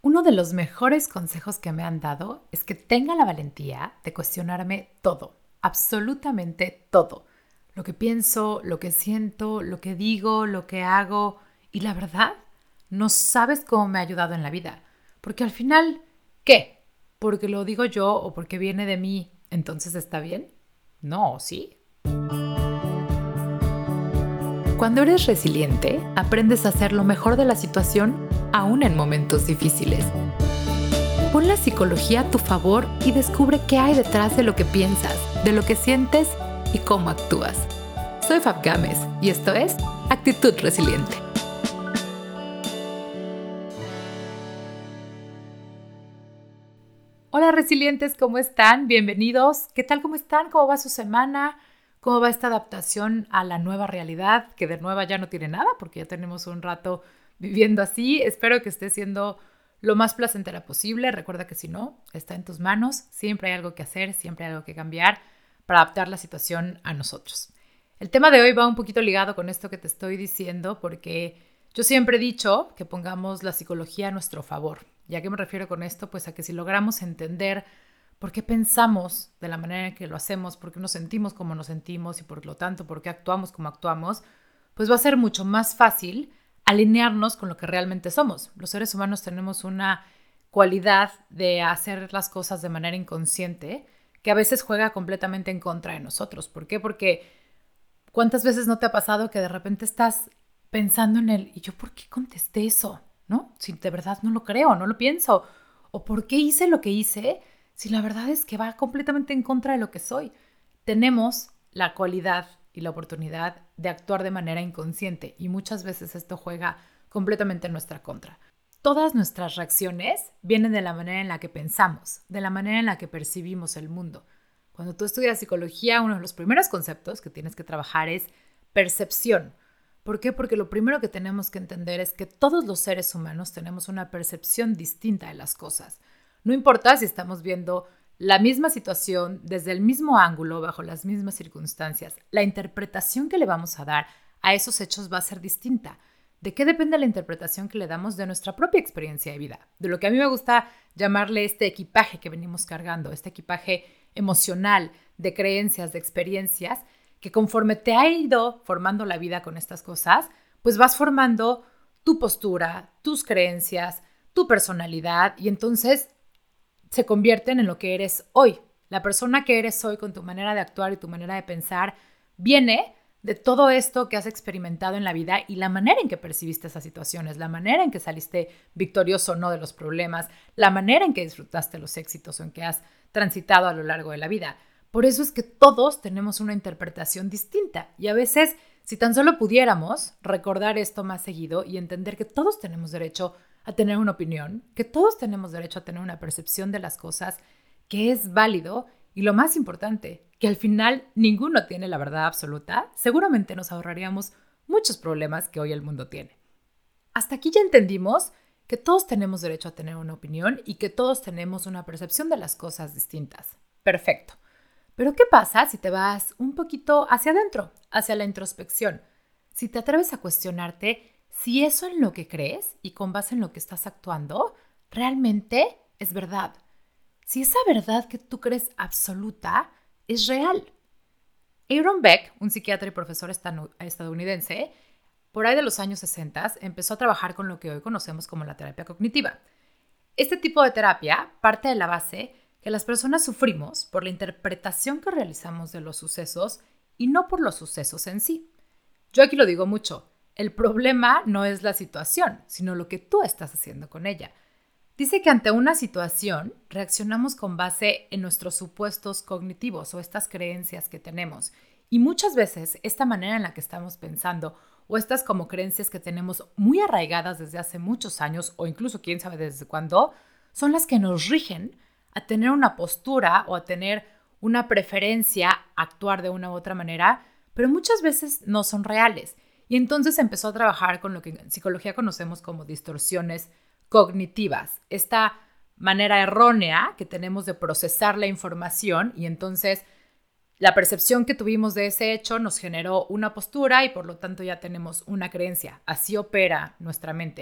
Uno de los mejores consejos que me han dado es que tenga la valentía de cuestionarme todo, absolutamente todo. Lo que pienso, lo que siento, lo que digo, lo que hago. Y la verdad, no sabes cómo me ha ayudado en la vida. Porque al final, ¿qué? ¿Porque lo digo yo o porque viene de mí, entonces está bien? No, ¿sí? Cuando eres resiliente, aprendes a hacer lo mejor de la situación, aún en momentos difíciles. Pon la psicología a tu favor y descubre qué hay detrás de lo que piensas, de lo que sientes y cómo actúas. Soy Fab Gámez y esto es Actitud Resiliente. Hola resilientes, ¿cómo están? Bienvenidos. ¿Qué tal? ¿Cómo están? ¿Cómo va su semana? ¿Cómo va esta adaptación a la nueva realidad? Que de nueva ya no tiene nada porque ya tenemos un rato viviendo así. Espero que esté siendo lo más placentera posible. Recuerda que si no, está en tus manos. Siempre hay algo que hacer, siempre hay algo que cambiar para adaptar la situación a nosotros. El tema de hoy va un poquito ligado con esto que te estoy diciendo porque yo siempre he dicho que pongamos la psicología a nuestro favor. ¿Y a qué me refiero con esto? Pues a que si logramos entender por qué pensamos de la manera en que lo hacemos, por qué nos sentimos como nos sentimos y por lo tanto por qué actuamos como actuamos, pues va a ser mucho más fácil alinearnos con lo que realmente somos. Los seres humanos tenemos una cualidad de hacer las cosas de manera inconsciente que a veces juega completamente en contra de nosotros. ¿Por qué? Porque ¿cuántas veces no te ha pasado que de repente estás pensando en él? ¿Y yo por qué contesté eso? ¿No? Si de verdad no lo creo, no lo pienso. ¿O por qué hice lo que hice? Si la verdad es que va completamente en contra de lo que soy. Tenemos la cualidad y la oportunidad de actuar de manera inconsciente y muchas veces esto juega completamente en nuestra contra. Todas nuestras reacciones vienen de la manera en la que pensamos, de la manera en la que percibimos el mundo. Cuando tú estudias psicología, uno de los primeros conceptos que tienes que trabajar es percepción. ¿Por qué? Porque lo primero que tenemos que entender es que todos los seres humanos tenemos una percepción distinta de las cosas. No importa si estamos viendo la misma situación desde el mismo ángulo, bajo las mismas circunstancias, la interpretación que le vamos a dar a esos hechos va a ser distinta. ¿De qué depende la interpretación que le damos de nuestra propia experiencia de vida? De lo que a mí me gusta llamarle este equipaje que venimos cargando, este equipaje emocional, de creencias, de experiencias, que conforme te ha ido formando la vida con estas cosas, pues vas formando tu postura, tus creencias, tu personalidad y entonces se convierten en lo que eres hoy. La persona que eres hoy con tu manera de actuar y tu manera de pensar viene de todo esto que has experimentado en la vida y la manera en que percibiste esas situaciones, la manera en que saliste victorioso o no de los problemas, la manera en que disfrutaste los éxitos o en que has transitado a lo largo de la vida. Por eso es que todos tenemos una interpretación distinta y a veces, si tan solo pudiéramos recordar esto más seguido y entender que todos tenemos derecho a tener una opinión, que todos tenemos derecho a tener una percepción de las cosas, que es válido y lo más importante, que al final ninguno tiene la verdad absoluta, seguramente nos ahorraríamos muchos problemas que hoy el mundo tiene. Hasta aquí ya entendimos que todos tenemos derecho a tener una opinión y que todos tenemos una percepción de las cosas distintas. Perfecto. Pero ¿qué pasa si te vas un poquito hacia adentro, hacia la introspección? Si te atreves a cuestionarte si eso en lo que crees y con base en lo que estás actuando realmente es verdad. Si esa verdad que tú crees absoluta es real. Aaron Beck, un psiquiatra y profesor estadounidense, por ahí de los años 60, empezó a trabajar con lo que hoy conocemos como la terapia cognitiva. Este tipo de terapia parte de la base que las personas sufrimos por la interpretación que realizamos de los sucesos y no por los sucesos en sí. Yo aquí lo digo mucho, el problema no es la situación, sino lo que tú estás haciendo con ella. Dice que ante una situación reaccionamos con base en nuestros supuestos cognitivos o estas creencias que tenemos. Y muchas veces esta manera en la que estamos pensando o estas como creencias que tenemos muy arraigadas desde hace muchos años o incluso quién sabe desde cuándo, son las que nos rigen a tener una postura o a tener una preferencia a actuar de una u otra manera, pero muchas veces no son reales. Y entonces empezó a trabajar con lo que en psicología conocemos como distorsiones cognitivas, esta manera errónea que tenemos de procesar la información y entonces la percepción que tuvimos de ese hecho nos generó una postura y por lo tanto ya tenemos una creencia. Así opera nuestra mente.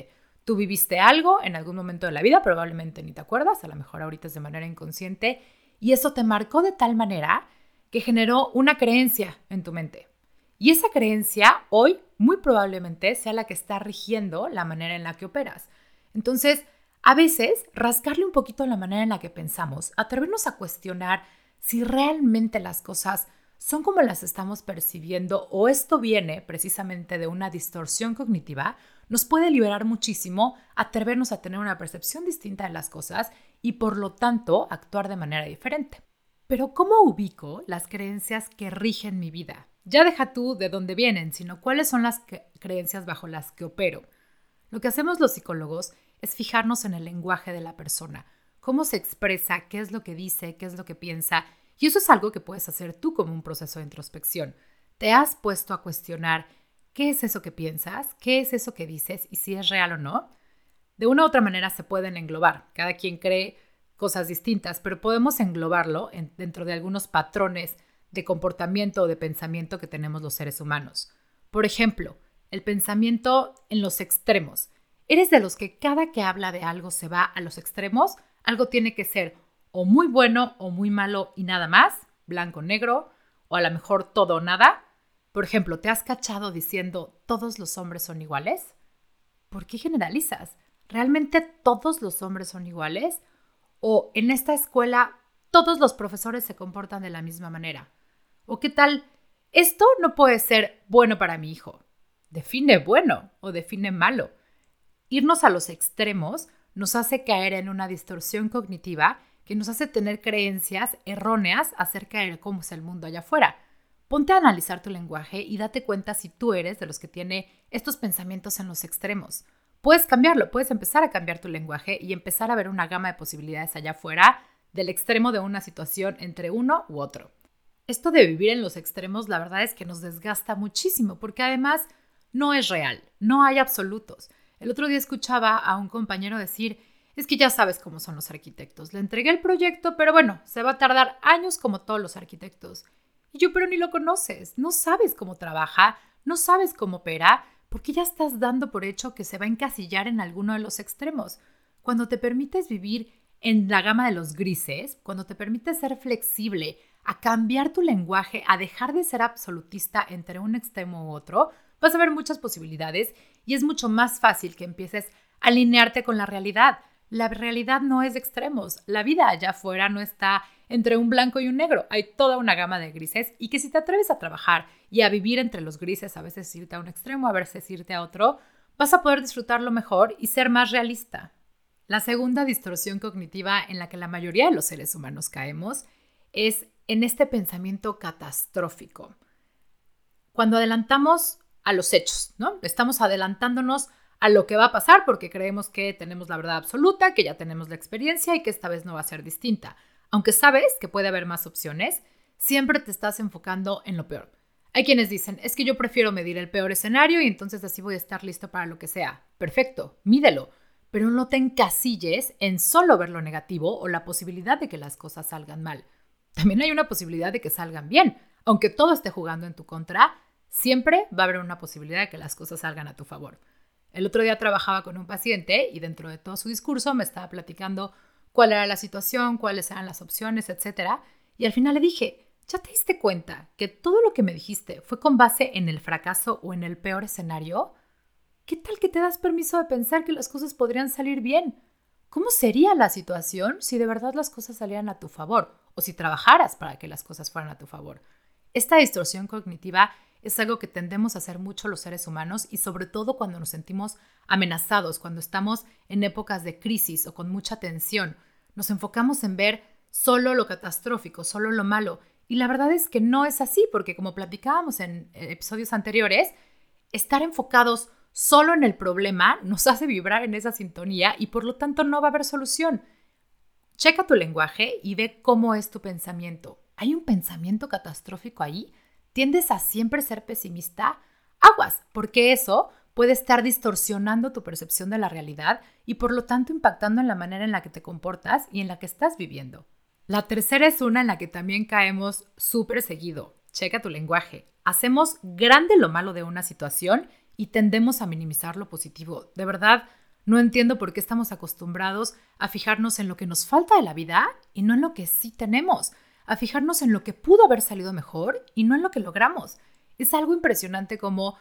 Tú viviste algo en algún momento de la vida, probablemente ni te acuerdas, a lo mejor ahorita es de manera inconsciente, y eso te marcó de tal manera que generó una creencia en tu mente. Y esa creencia hoy muy probablemente sea la que está rigiendo la manera en la que operas. Entonces, a veces, rascarle un poquito la manera en la que pensamos, atrevernos a cuestionar si realmente las cosas son como las estamos percibiendo o esto viene precisamente de una distorsión cognitiva, nos puede liberar muchísimo atrevernos a tener una percepción distinta de las cosas y por lo tanto actuar de manera diferente. Pero ¿cómo ubico las creencias que rigen mi vida? Ya deja tú de dónde vienen, sino cuáles son las creencias bajo las que opero. Lo que hacemos los psicólogos es fijarnos en el lenguaje de la persona, cómo se expresa, qué es lo que dice, qué es lo que piensa, y eso es algo que puedes hacer tú como un proceso de introspección. ¿Te has puesto a cuestionar qué es eso que piensas, qué es eso que dices y si es real o no? De una u otra manera se pueden englobar. Cada quien cree cosas distintas, pero podemos englobarlo dentro de algunos patrones de comportamiento o de pensamiento que tenemos los seres humanos. Por ejemplo, el pensamiento en los extremos. ¿Eres de los que cada que habla de algo se va a los extremos? Algo tiene que ser o muy bueno o muy malo y nada más, blanco o negro, o a lo mejor todo o nada. Por ejemplo, ¿te has cachado diciendo todos los hombres son iguales? ¿Por qué generalizas? ¿Realmente todos los hombres son iguales? ¿O en esta escuela todos los profesores se comportan de la misma manera? ¿O qué tal? Esto no puede ser bueno para mi hijo. Define bueno o define malo. Irnos a los extremos nos hace caer en una distorsión cognitiva que nos hace tener creencias erróneas acerca de cómo es el mundo allá afuera. Ponte a analizar tu lenguaje y date cuenta si tú eres de los que tiene estos pensamientos en los extremos. Puedes cambiarlo, puedes empezar a cambiar tu lenguaje y empezar a ver una gama de posibilidades allá afuera del extremo de una situación entre uno u otro. Esto de vivir en los extremos, la verdad es que nos desgasta muchísimo porque además no es real, no hay absolutos. El otro día escuchaba a un compañero decir, es que ya sabes cómo son los arquitectos. Le entregué el proyecto, pero bueno, se va a tardar años como todos los arquitectos. Y yo, pero ni lo conoces, no sabes cómo trabaja, no sabes cómo opera, porque ya estás dando por hecho que se va a encasillar en alguno de los extremos. Cuando te permites vivir en la gama de los grises, cuando te permites ser flexible, a cambiar tu lenguaje, a dejar de ser absolutista entre un extremo u otro, vas a ver muchas posibilidades y es mucho más fácil que empieces a alinearte con la realidad. La realidad no es de extremos. La vida allá afuera no está entre un blanco y un negro. Hay toda una gama de grises y que si te atreves a trabajar y a vivir entre los grises, a veces irte a un extremo, a veces irte a otro, vas a poder disfrutarlo mejor y ser más realista. La segunda distorsión cognitiva en la que la mayoría de los seres humanos caemos es en este pensamiento catastrófico. Cuando adelantamos a los hechos, ¿no? Estamos adelantándonos a lo que va a pasar porque creemos que tenemos la verdad absoluta, que ya tenemos la experiencia y que esta vez no va a ser distinta. Aunque sabes que puede haber más opciones, siempre te estás enfocando en lo peor. Hay quienes dicen, es que yo prefiero medir el peor escenario y entonces así voy a estar listo para lo que sea. Perfecto, mídelo, pero no te encasilles en solo ver lo negativo o la posibilidad de que las cosas salgan mal. También hay una posibilidad de que salgan bien. Aunque todo esté jugando en tu contra, siempre va a haber una posibilidad de que las cosas salgan a tu favor. El otro día trabajaba con un paciente y dentro de todo su discurso me estaba platicando cuál era la situación, cuáles eran las opciones, etc. Y al final le dije, ¿ya te diste cuenta que todo lo que me dijiste fue con base en el fracaso o en el peor escenario? ¿Qué tal que te das permiso de pensar que las cosas podrían salir bien? ¿Cómo sería la situación si de verdad las cosas salieran a tu favor o si trabajaras para que las cosas fueran a tu favor? Esta distorsión cognitiva es algo que tendemos a hacer mucho los seres humanos y sobre todo cuando nos sentimos amenazados, cuando estamos en épocas de crisis o con mucha tensión. Nos enfocamos en ver solo lo catastrófico, solo lo malo. Y la verdad es que no es así, porque como platicábamos en episodios anteriores, estar enfocados solo en el problema nos hace vibrar en esa sintonía y por lo tanto no va a haber solución. Checa tu lenguaje y ve cómo es tu pensamiento. ¿Hay un pensamiento catastrófico ahí? ¿Tiendes a siempre ser pesimista? Aguas, porque eso puede estar distorsionando tu percepción de la realidad y por lo tanto impactando en la manera en la que te comportas y en la que estás viviendo. La tercera es una en la que también caemos súper seguido. Checa tu lenguaje. Hacemos grande lo malo de una situación y tendemos a minimizar lo positivo. De verdad, No entiendo por qué estamos acostumbrados a fijarnos en lo que nos falta de la vida y no en lo que sí tenemos, a fijarnos en lo que pudo haber salido mejor y no en lo que logramos. Es algo impresionante como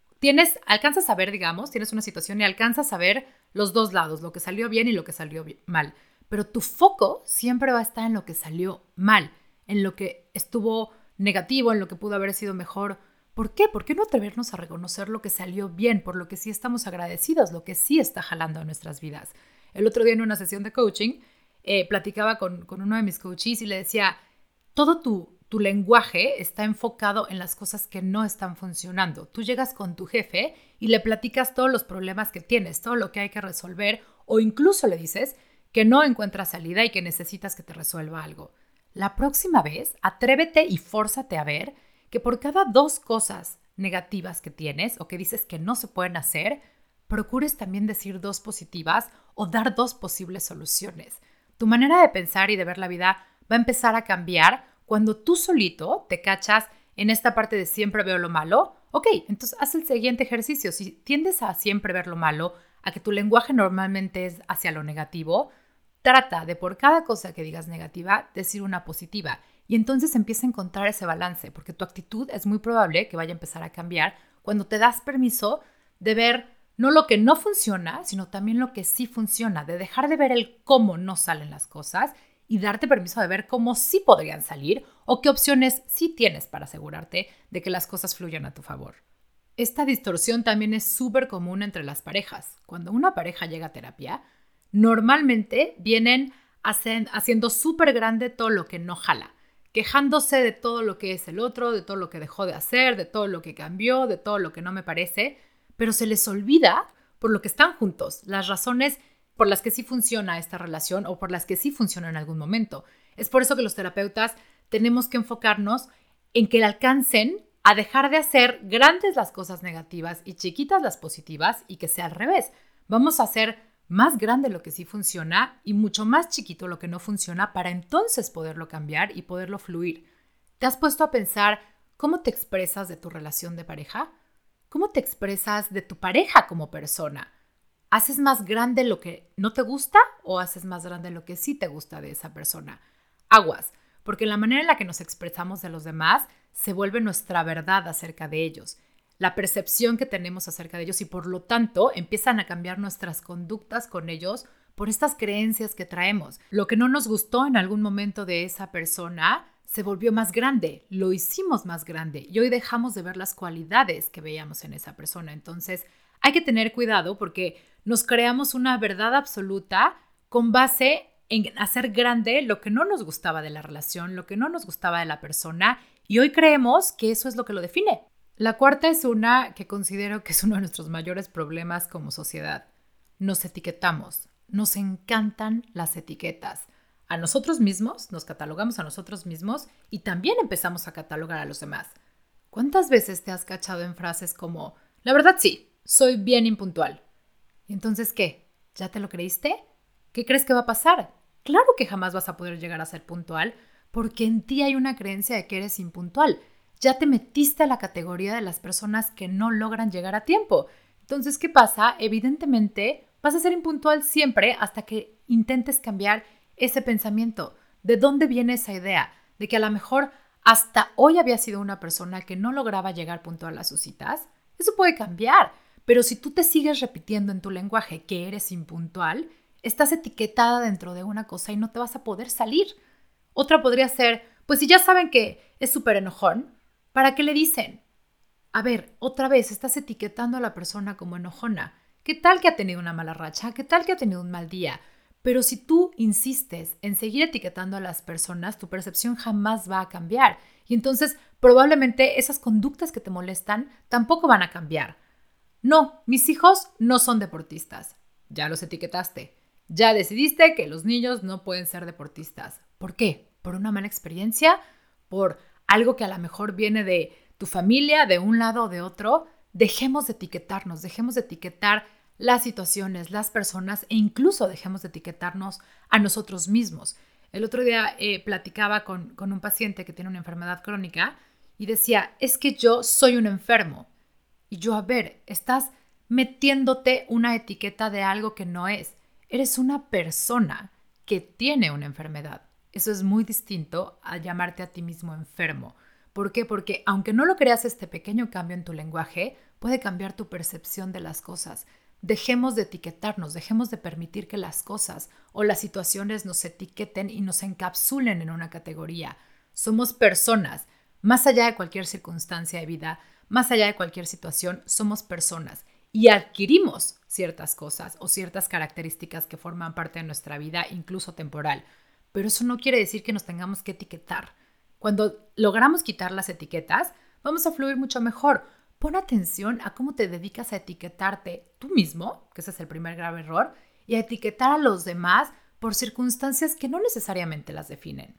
alcanzas a ver, digamos, tienes una situación y alcanzas a ver los dos lados, lo que salió bien y lo que salió mal. Pero tu foco siempre va a estar en lo que salió mal, en lo que estuvo negativo, en lo que pudo haber sido mejor. ¿Por qué? ¿Por qué no atrevernos a reconocer lo que salió bien, por lo que sí estamos agradecidos, lo que sí está jalando a nuestras vidas? El otro día en una sesión de coaching, platicaba con uno de mis coaches y le decía, todo tu lenguaje está enfocado en las cosas que no están funcionando. Tú llegas con tu jefe y le platicas todos los problemas que tienes, todo lo que hay que resolver, o incluso le dices que no encuentras salida y que necesitas que te resuelva algo. La próxima vez, atrévete y fórzate a ver que por cada 2 cosas negativas que tienes o que dices que no se pueden hacer, procures también decir 2 positivas o dar 2 posibles soluciones. Tu manera de pensar y de ver la vida va a empezar a cambiar cuando tú solito te cachas en esta parte de siempre veo lo malo. Ok, entonces haz el siguiente ejercicio. Si tiendes a siempre ver lo malo, a que tu lenguaje normalmente es hacia lo negativo, trata de por cada cosa que digas negativa, decir una positiva. Y entonces empieza a encontrar ese balance, porque tu actitud es muy probable que vaya a empezar a cambiar cuando te das permiso de ver no lo que no funciona, sino también lo que sí funciona, de dejar de ver el cómo no salen las cosas y darte permiso de ver cómo sí podrían salir o qué opciones sí tienes para asegurarte de que las cosas fluyan a tu favor. Esta distorsión también es súper común entre las parejas. Cuando una pareja llega a terapia, normalmente vienen haciendo súper grande todo lo que no jala, quejándose de todo lo que es el otro, de todo lo que dejó de hacer, de todo lo que cambió, de todo lo que no me parece, pero se les olvida por lo que están juntos, las razones por las que sí funciona esta relación o por las que sí funciona en algún momento. Es por eso que los terapeutas tenemos que enfocarnos en que alcancen a dejar de hacer grandes las cosas negativas y chiquitas las positivas y que sea al revés. Vamos a hacer más grande lo que sí funciona y mucho más chiquito lo que no funciona para entonces poderlo cambiar y poderlo fluir. ¿Te has puesto a pensar cómo te expresas de tu relación de pareja? ¿Cómo te expresas de tu pareja como persona? ¿Haces más grande lo que no te gusta o haces más grande lo que sí te gusta de esa persona? Aguas, porque la manera en la que nos expresamos de los demás se vuelve nuestra verdad acerca de ellos, la percepción que tenemos acerca de ellos y por lo tanto empiezan a cambiar nuestras conductas con ellos por estas creencias que traemos. Lo que no nos gustó en algún momento de esa persona se volvió más grande, lo hicimos más grande y hoy dejamos de ver las cualidades que veíamos en esa persona. Entonces hay que tener cuidado porque nos creamos una verdad absoluta con base en hacer grande lo que no nos gustaba de la relación, lo que no nos gustaba de la persona y hoy creemos que eso es lo que lo define. La cuarta es una que considero que es uno de nuestros mayores problemas como sociedad. Nos etiquetamos, nos encantan las etiquetas. A nosotros mismos, nos catalogamos a nosotros mismos y también empezamos a catalogar a los demás. ¿Cuántas veces te has cachado en frases como, la verdad sí, soy bien impuntual? ¿Y entonces qué? ¿Ya te lo creíste? ¿Qué crees que va a pasar? Claro que jamás vas a poder llegar a ser puntual porque en ti hay una creencia de que eres impuntual. Ya te metiste a la categoría de las personas que no logran llegar a tiempo. Entonces, ¿qué pasa? Evidentemente, vas a ser impuntual siempre hasta que intentes cambiar ese pensamiento. ¿De dónde viene esa idea? De que a lo mejor hasta hoy había sido una persona que no lograba llegar puntual a sus citas. Eso puede cambiar. Pero si tú te sigues repitiendo en tu lenguaje que eres impuntual, estás etiquetada dentro de una cosa y no te vas a poder salir. Otra podría ser, pues si ya saben que es súper enojón, ¿para qué le dicen? A ver, otra vez estás etiquetando a la persona como enojona. ¿Qué tal que ha tenido una mala racha? ¿Qué tal que ha tenido un mal día? Pero si tú insistes en seguir etiquetando a las personas, tu percepción jamás va a cambiar. Y entonces probablemente esas conductas que te molestan tampoco van a cambiar. No, mis hijos no son deportistas. Ya los etiquetaste. Ya decidiste que los niños no pueden ser deportistas. ¿Por qué? ¿Por una mala experiencia? ¿Por algo que a lo mejor viene de tu familia, de un lado o de otro? Dejemos de etiquetarnos, dejemos de etiquetar las situaciones, las personas e incluso dejemos de etiquetarnos a nosotros mismos. El otro día platicaba con un paciente que tiene una enfermedad crónica y decía, es que yo soy un enfermo. Y yo, a ver, estás metiéndote una etiqueta de algo que no es. Eres una persona que tiene una enfermedad. Eso es muy distinto a llamarte a ti mismo enfermo. ¿Por qué? Porque aunque no lo creas, este pequeño cambio en tu lenguaje puede cambiar tu percepción de las cosas. Dejemos de etiquetarnos, dejemos de permitir que las cosas o las situaciones nos etiqueten y nos encapsulen en una categoría. Somos personas, más allá de cualquier circunstancia de vida, más allá de cualquier situación, somos personas y adquirimos ciertas cosas o ciertas características que forman parte de nuestra vida, incluso temporal. Pero eso no quiere decir que nos tengamos que etiquetar. Cuando logramos quitar las etiquetas, vamos a fluir mucho mejor. Pon atención a cómo te dedicas a etiquetarte tú mismo, que ese es el primer grave error, y a etiquetar a los demás por circunstancias que no necesariamente las definen.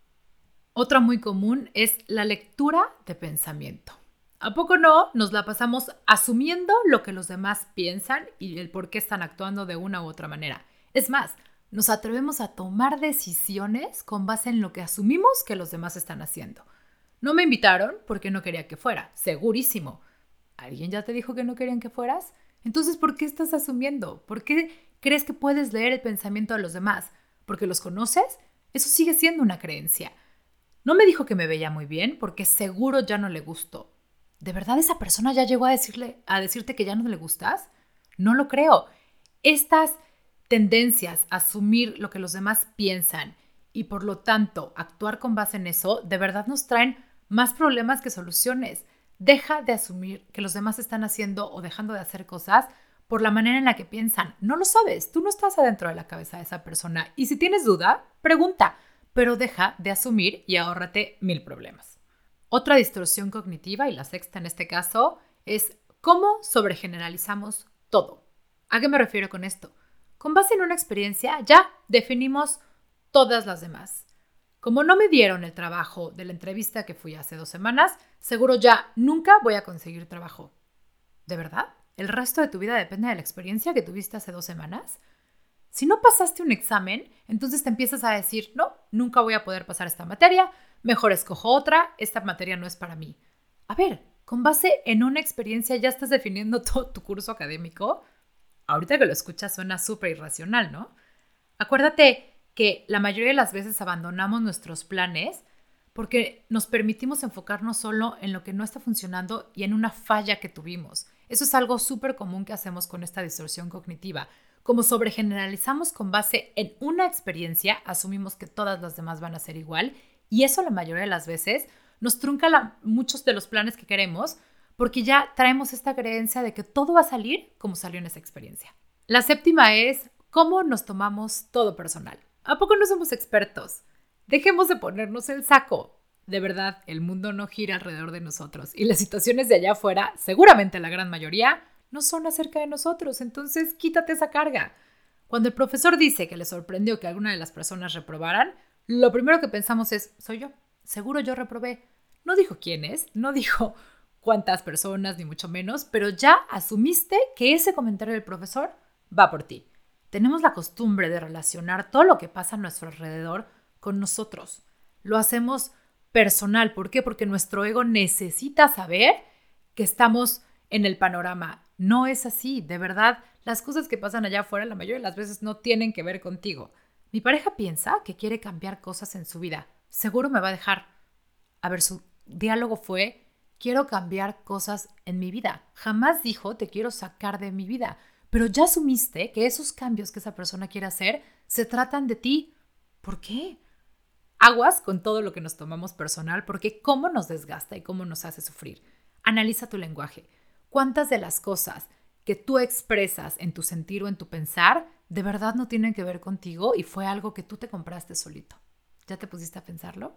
Otra muy común es la lectura de pensamiento. ¿A poco no? Nos la pasamos asumiendo lo que los demás piensan y el por qué están actuando de una u otra manera. Es más, nos atrevemos a tomar decisiones con base en lo que asumimos que los demás están haciendo. No me invitaron porque no quería que fuera, segurísimo. ¿Alguien ya te dijo que no querían que fueras? Entonces, ¿por qué estás asumiendo? ¿Por qué crees que puedes leer el pensamiento de los demás? ¿Porque los conoces? Eso sigue siendo una creencia. No me dijo que me veía muy bien porque seguro ya no le gustó. ¿De verdad esa persona ya llegó a decirte que ya no le gustas? No lo creo. Estas tendencias a asumir lo que los demás piensan y por lo tanto actuar con base en eso, de verdad nos traen más problemas que soluciones. Deja de asumir que los demás están haciendo o dejando de hacer cosas por la manera en la que piensan. No lo sabes, tú no estás adentro de la cabeza de esa persona. Y si tienes duda, pregunta, pero deja de asumir y ahórrate 1000 problemas. Otra distorsión cognitiva, y la sexta en este caso, es cómo sobregeneralizamos todo. ¿A qué me refiero con esto? Con base en una experiencia ya definimos todas las demás. Como no me dieron el trabajo de la entrevista que fui hace 2 semanas, seguro ya nunca voy a conseguir trabajo. ¿De verdad? ¿El resto de tu vida depende de la experiencia que tuviste hace 2 semanas? Si no pasaste un examen, entonces te empiezas a decir, no, nunca voy a poder pasar esta materia, mejor escojo otra, esta materia no es para mí. A ver, con base en una experiencia ya estás definiendo todo tu curso académico. Ahorita que lo escuchas suena súper irracional, ¿no? Acuérdate que la mayoría de las veces abandonamos nuestros planes porque nos permitimos enfocarnos solo en lo que no está funcionando y en una falla que tuvimos. Eso es algo súper común que hacemos con esta distorsión cognitiva. Como sobregeneralizamos con base en una experiencia, asumimos que todas las demás van a ser igual y eso la mayoría de las veces nos trunca muchos de los planes que queremos porque ya traemos esta creencia de que todo va a salir como salió en esa experiencia. La séptima es cómo nos tomamos todo personal. ¿A poco no somos expertos? Dejemos de ponernos el saco. De verdad, el mundo no gira alrededor de nosotros y las situaciones de allá afuera, seguramente la gran mayoría, no son acerca de nosotros, entonces quítate esa carga. Cuando el profesor dice que le sorprendió que alguna de las personas reprobaran, lo primero que pensamos es, soy yo, seguro yo reprobé. No dijo quién es, no dijo cuántas personas, ni mucho menos, pero ya asumiste que ese comentario del profesor va por ti. Tenemos la costumbre de relacionar todo lo que pasa a nuestro alrededor con nosotros. Lo hacemos personal. ¿Por qué? Porque nuestro ego necesita saber que estamos en el panorama. No es así, de verdad, las cosas que pasan allá afuera la mayoría de las veces no tienen que ver contigo. Mi pareja piensa que quiere cambiar cosas en su vida. Seguro me va a dejar. A ver, su diálogo fue, quiero cambiar cosas en mi vida. Jamás dijo, te quiero sacar de mi vida. Pero ya asumiste que esos cambios que esa persona quiere hacer se tratan de ti. ¿Por qué? Aguas con todo lo que nos tomamos personal porque cómo nos desgasta y cómo nos hace sufrir. Analiza tu lenguaje. ¿Cuántas de las cosas que tú expresas en tu sentir o en tu pensar de verdad no tienen que ver contigo y fue algo que tú te compraste solito? ¿Ya te pusiste a pensarlo?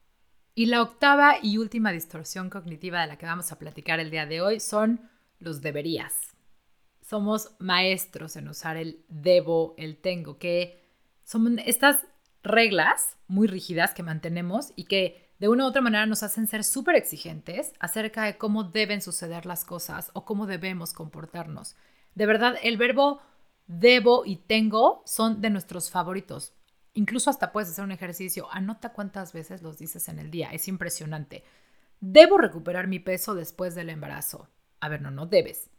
Y la octava y última distorsión cognitiva de la que vamos a platicar el día de hoy son los deberías. Somos maestros en usar el debo, el tengo, que son estas reglas muy rígidas que mantenemos y que de una u otra manera nos hacen ser súper exigentes acerca de cómo deben suceder las cosas o cómo debemos comportarnos. De verdad, el verbo debo y tengo son de nuestros favoritos. Incluso hasta puedes hacer un ejercicio. Anota cuántas veces los dices en el día. Es impresionante. Debo recuperar mi peso después del embarazo. A ver, no debes.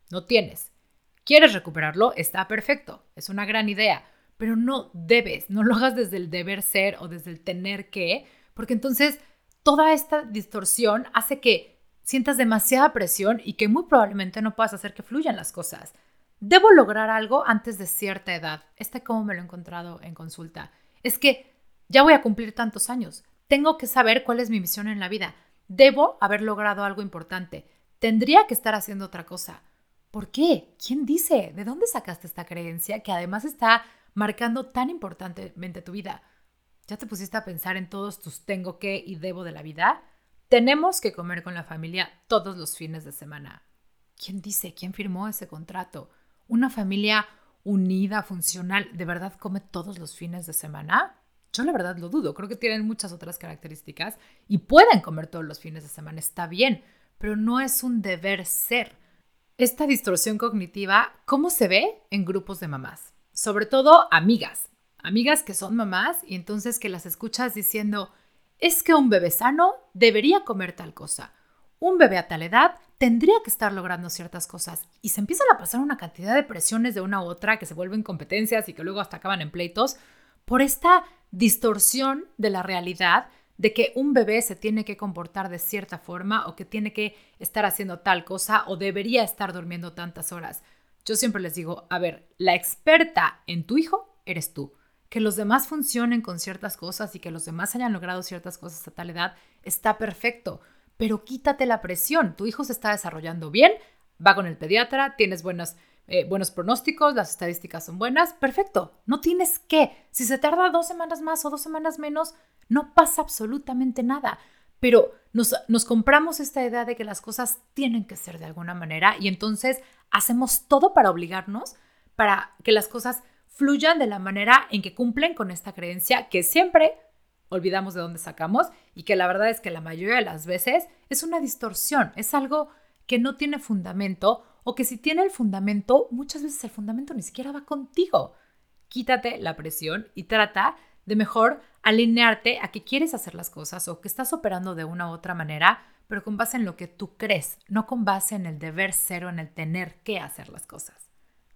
no tienes. ¿Quieres recuperarlo? Está perfecto, es una gran idea, pero no debes, no lo hagas desde el deber ser o desde el tener que, porque entonces toda esta distorsión hace que sientas demasiada presión y que muy probablemente no puedas hacer que fluyan las cosas. Debo lograr algo antes de cierta edad. Cómo me lo he encontrado en consulta. Es que ya voy a cumplir tantos años. Tengo que saber cuál es mi misión en la vida. Debo haber logrado algo importante. Tendría que estar haciendo otra cosa. ¿Por qué? ¿Quién dice? ¿De dónde sacaste esta creencia que además está marcando tan importantemente tu vida? ¿Ya te pusiste a pensar en todos tus tengo que y debo de la vida? Tenemos que comer con la familia todos los fines de semana. ¿Quién dice? ¿Quién firmó ese contrato? ¿Una familia unida, funcional, de verdad come todos los fines de semana? Yo la verdad lo dudo. Creo que tienen muchas otras características y pueden comer todos los fines de semana. Está bien, pero no es un deber ser. Esta distorsión cognitiva, ¿cómo se ve en grupos de mamás? Sobre todo amigas que son mamás y entonces que las escuchas diciendo, es que un bebé sano debería comer tal cosa. Un bebé a tal edad tendría que estar logrando ciertas cosas y se empiezan a pasar una cantidad de presiones de una u otra que se vuelven competencias y que luego hasta acaban en pleitos por esta distorsión de la realidad de que un bebé se tiene que comportar de cierta forma o que tiene que estar haciendo tal cosa o debería estar durmiendo tantas horas. Yo siempre les digo, a ver, la experta en tu hijo eres tú. Que los demás funcionen con ciertas cosas y que los demás hayan logrado ciertas cosas a tal edad está perfecto, pero quítate la presión. Tu hijo se está desarrollando bien, va con el pediatra, tienes buenos pronósticos, las estadísticas son buenas, perfecto. No tienes que. Si se tarda 2 semanas más o 2 semanas menos, no pasa absolutamente nada. Pero nos compramos esta idea de que las cosas tienen que ser de alguna manera y entonces hacemos todo para obligarnos, para que las cosas fluyan de la manera en que cumplen con esta creencia que siempre olvidamos de dónde sacamos y que la verdad es que la mayoría de las veces es una distorsión, es algo que no tiene fundamento o que si tiene el fundamento, muchas veces el fundamento ni siquiera va contigo. Quítate la presión y trata de mejor alinearte a que quieres hacer las cosas o que estás operando de una u otra manera, pero con base en lo que tú crees, no con base en el deber ser o en el tener que hacer las cosas.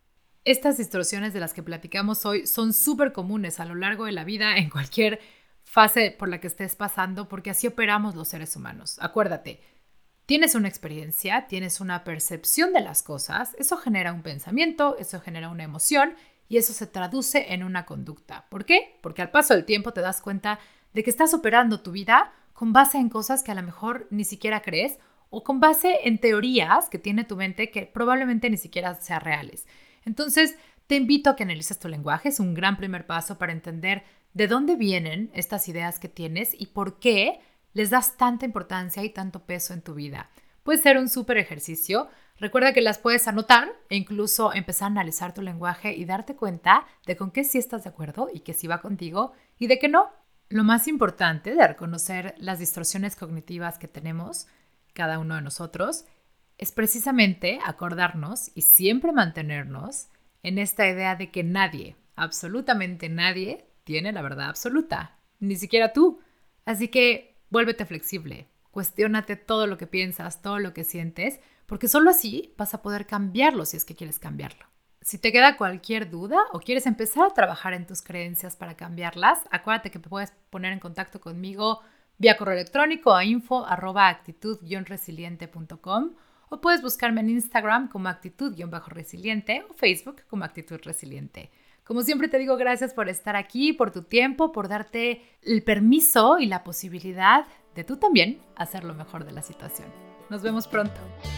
Estas distorsiones de las que platicamos hoy son súper comunes a lo largo de la vida en cualquier fase por la que estés pasando, porque así operamos los seres humanos. Acuérdate, tienes una experiencia, tienes una percepción de las cosas, eso genera un pensamiento, eso genera una emoción y eso se traduce en una conducta. ¿Por qué? Porque al paso del tiempo te das cuenta de que estás operando tu vida con base en cosas que a lo mejor ni siquiera crees o con base en teorías que tiene tu mente que probablemente ni siquiera sean reales. Entonces, te invito a que analices tu lenguaje. Es un gran primer paso para entender de dónde vienen estas ideas que tienes y por qué les das tanta importancia y tanto peso en tu vida. Puede ser un súper ejercicio. Recuerda que las puedes anotar e incluso empezar a analizar tu lenguaje y darte cuenta de con qué sí estás de acuerdo y que sí va contigo y de que no. Lo más importante de reconocer las distorsiones cognitivas que tenemos, cada uno de nosotros, es precisamente acordarnos y siempre mantenernos en esta idea de que nadie, absolutamente nadie, tiene la verdad absoluta, ni siquiera tú. Así que vuélvete flexible, cuestiónate todo lo que piensas, todo lo que sientes, porque solo así vas a poder cambiarlo si es que quieres cambiarlo. Si te queda cualquier duda o quieres empezar a trabajar en tus creencias para cambiarlas, acuérdate que te puedes poner en contacto conmigo vía correo electrónico a info@actitud-resiliente.com o puedes buscarme en Instagram como actitud-resiliente o Facebook como actitud resiliente. Como siempre te digo, gracias por estar aquí, por tu tiempo, por darte el permiso y la posibilidad de tú también hacer lo mejor de la situación. Nos vemos pronto.